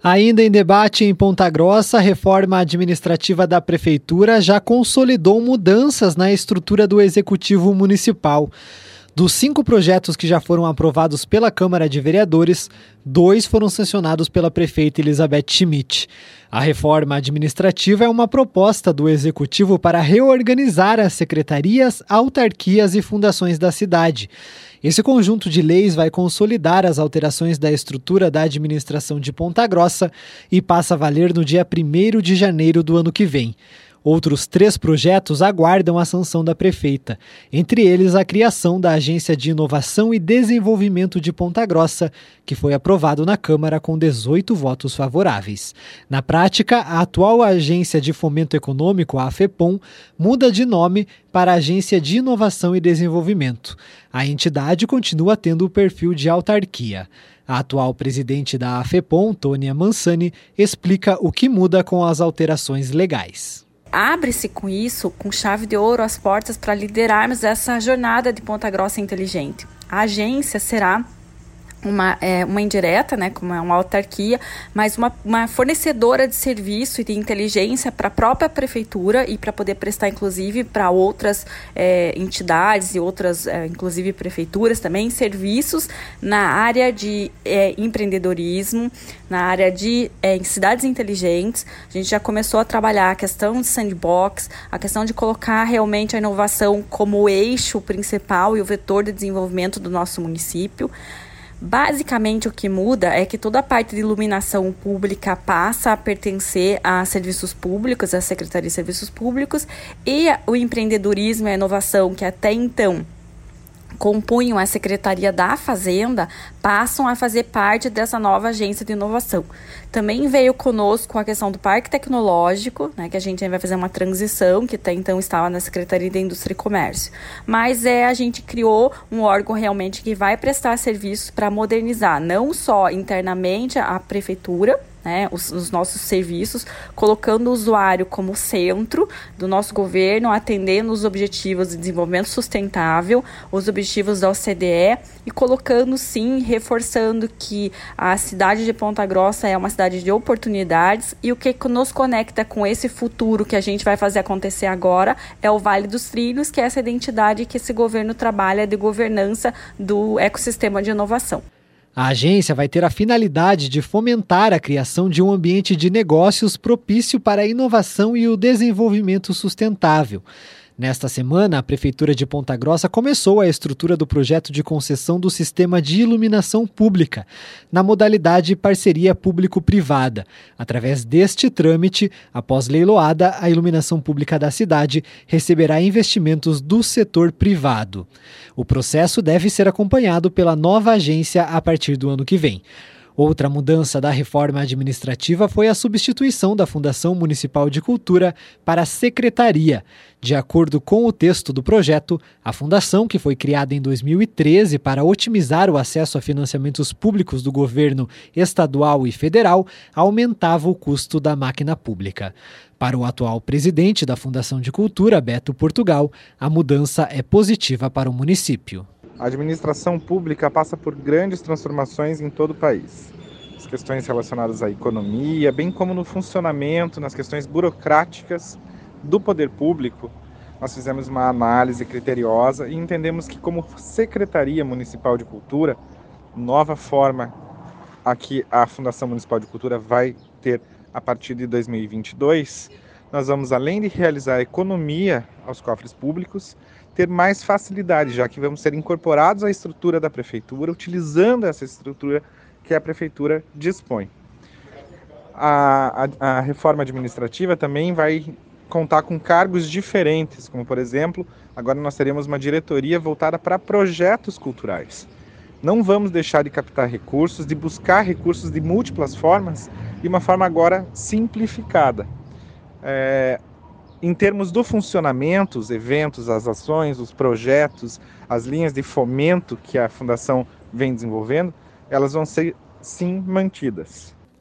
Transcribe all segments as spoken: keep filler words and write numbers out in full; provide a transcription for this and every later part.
Ainda em debate em Ponta Grossa, a reforma administrativa da Prefeitura já consolidou mudanças na estrutura do Executivo Municipal. Dos cinco projetos que já foram aprovados pela Câmara de Vereadores, dois foram sancionados pela prefeita Elizabeth Schmidt. A reforma administrativa é uma proposta do Executivo para reorganizar as secretarias, autarquias e fundações da cidade. Esse conjunto de leis vai consolidar as alterações da estrutura da administração de Ponta Grossa e passa a valer no dia primeiro de janeiro do ano que vem. Outros três projetos aguardam a sanção da prefeita, entre eles a criação da Agência de Inovação e Desenvolvimento de Ponta Grossa, que foi aprovado na Câmara com dezoito votos favoráveis. Na prática, a atual Agência de Fomento Econômico, a AFEPOM, muda de nome para Agência de Inovação e Desenvolvimento. A entidade continua tendo o perfil de autarquia. A atual presidente da AFEPOM, Tônia Mansani, explica o que muda com as alterações legais. Abre-se com isso, com chave de ouro, as portas para liderarmos essa jornada de Ponta Grossa inteligente. A agência será uma, é, uma indireta, né, como é uma autarquia, mas uma, uma fornecedora de serviço e de inteligência para a própria prefeitura e para poder prestar, inclusive, para outras é, entidades e outras, é, inclusive, prefeituras também, serviços na área de é, empreendedorismo, na área de é, cidades inteligentes. A gente já começou a trabalhar a questão de sandbox, a questão de colocar realmente a inovação como o eixo principal e o vetor de desenvolvimento do nosso município. Basicamente, o que muda é que toda a parte de iluminação pública passa a pertencer a serviços públicos, à Secretaria de Serviços Públicos, e o empreendedorismo e a inovação, que até então compunham a Secretaria da Fazenda, passam a fazer parte dessa nova agência de inovação. Também veio conosco a questão do Parque Tecnológico, né, que a gente vai fazer uma transição, que até então estava na Secretaria da Indústria e Comércio. Mas é, a gente criou um órgão realmente que vai prestar serviços para modernizar, não só internamente a Prefeitura, né, os, os nossos serviços, colocando o usuário como centro do nosso governo, atendendo os objetivos de desenvolvimento sustentável, os objetivos da O C D E e colocando, sim, reforçando que a cidade de Ponta Grossa é uma cidade de oportunidades e o que nos conecta com esse futuro que a gente vai fazer acontecer agora é o Vale dos Trilhos, que é essa identidade que esse governo trabalha de governança do ecossistema de inovação. A agência vai ter a finalidade de fomentar a criação de um ambiente de negócios propício para a inovação e o desenvolvimento sustentável. Nesta semana, a Prefeitura de Ponta Grossa começou a estrutura do projeto de concessão do sistema de iluminação pública, na modalidade parceria público-privada. Através deste trâmite, após leiloada, a iluminação pública da cidade receberá investimentos do setor privado. O processo deve ser acompanhado pela nova agência a partir do ano que vem. Outra mudança da reforma administrativa foi a substituição da Fundação Municipal de Cultura para a Secretaria. De acordo com o texto do projeto, a fundação, que foi criada em dois mil e treze para otimizar o acesso a financiamentos públicos do governo estadual e federal, aumentava o custo da máquina pública. Para o atual presidente da Fundação de Cultura, Beto Portugal, a mudança é positiva para o município. A administração pública passa por grandes transformações em todo o país. As questões relacionadas à economia, bem como no funcionamento, nas questões burocráticas do poder público, nós fizemos uma análise criteriosa e entendemos que, como Secretaria Municipal de Cultura, nova forma a que a Fundação Municipal de Cultura vai ter a partir de dois mil e vinte e dois, nós vamos, além de realizar economia aos cofres públicos, ter mais facilidade, já que vamos ser incorporados à estrutura da Prefeitura, utilizando essa estrutura que a Prefeitura dispõe. A, a, a reforma administrativa também vai contar com cargos diferentes, como, por exemplo, agora nós teremos uma diretoria voltada para projetos culturais. Não vamos deixar de captar recursos, de buscar recursos de múltiplas formas, de uma forma agora simplificada. É, Em termos do funcionamento, os eventos, as ações, os projetos, as linhas de fomento que a Fundação vem desenvolvendo, elas vão ser, sim, mantidas.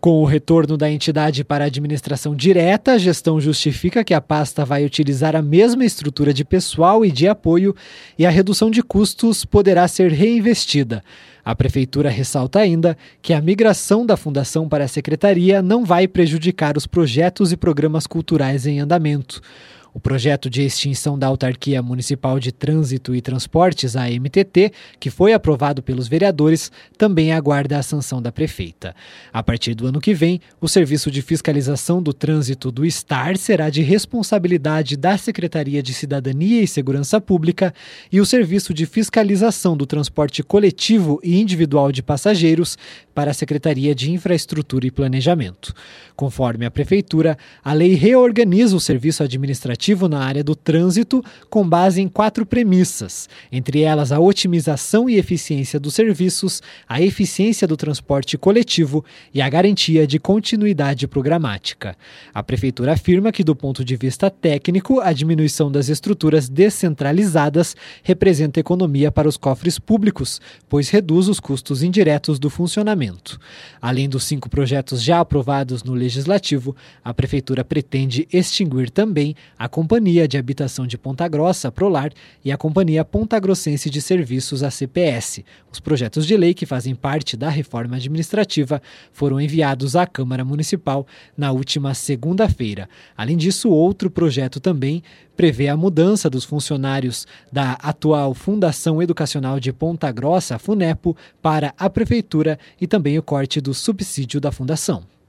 Com o retorno da entidade para a administração direta, a gestão justifica que a pasta vai utilizar a mesma estrutura de pessoal e de apoio e a redução de custos poderá ser reinvestida. A Prefeitura ressalta ainda que a migração da Fundação para a Secretaria não vai prejudicar os projetos e programas culturais em andamento. O projeto de extinção da Autarquia Municipal de Trânsito e Transportes, a M T T, que foi aprovado pelos vereadores, também aguarda a sanção da prefeita. A partir do ano que vem, o Serviço de Fiscalização do Trânsito do STAR será de responsabilidade da Secretaria de Cidadania e Segurança Pública e o Serviço de Fiscalização do Transporte Coletivo e Individual de Passageiros para a Secretaria de Infraestrutura e Planejamento. Conforme a Prefeitura, a lei reorganiza o serviço administrativo na área do trânsito com base em quatro premissas, entre elas a otimização e eficiência dos serviços, a eficiência do transporte coletivo e a garantia de continuidade programática. A Prefeitura afirma que, do ponto de vista técnico, a diminuição das estruturas descentralizadas representa economia para os cofres públicos, pois reduz os custos indiretos do funcionamento. Além dos cinco projetos já aprovados no Legislativo, a Prefeitura pretende extinguir também a Companhia de Habitação de Ponta Grossa, Prolar, e a Companhia Pontagrossense de Serviços, a C P S. Os projetos de lei que fazem parte da reforma administrativa foram enviados à Câmara Municipal na última segunda-feira. Além disso, outro projeto também prevê a mudança dos funcionários da atual Fundação Educacional de Ponta Grossa, a FUNEPO, para a Prefeitura e também o corte do subsídio da Fundação.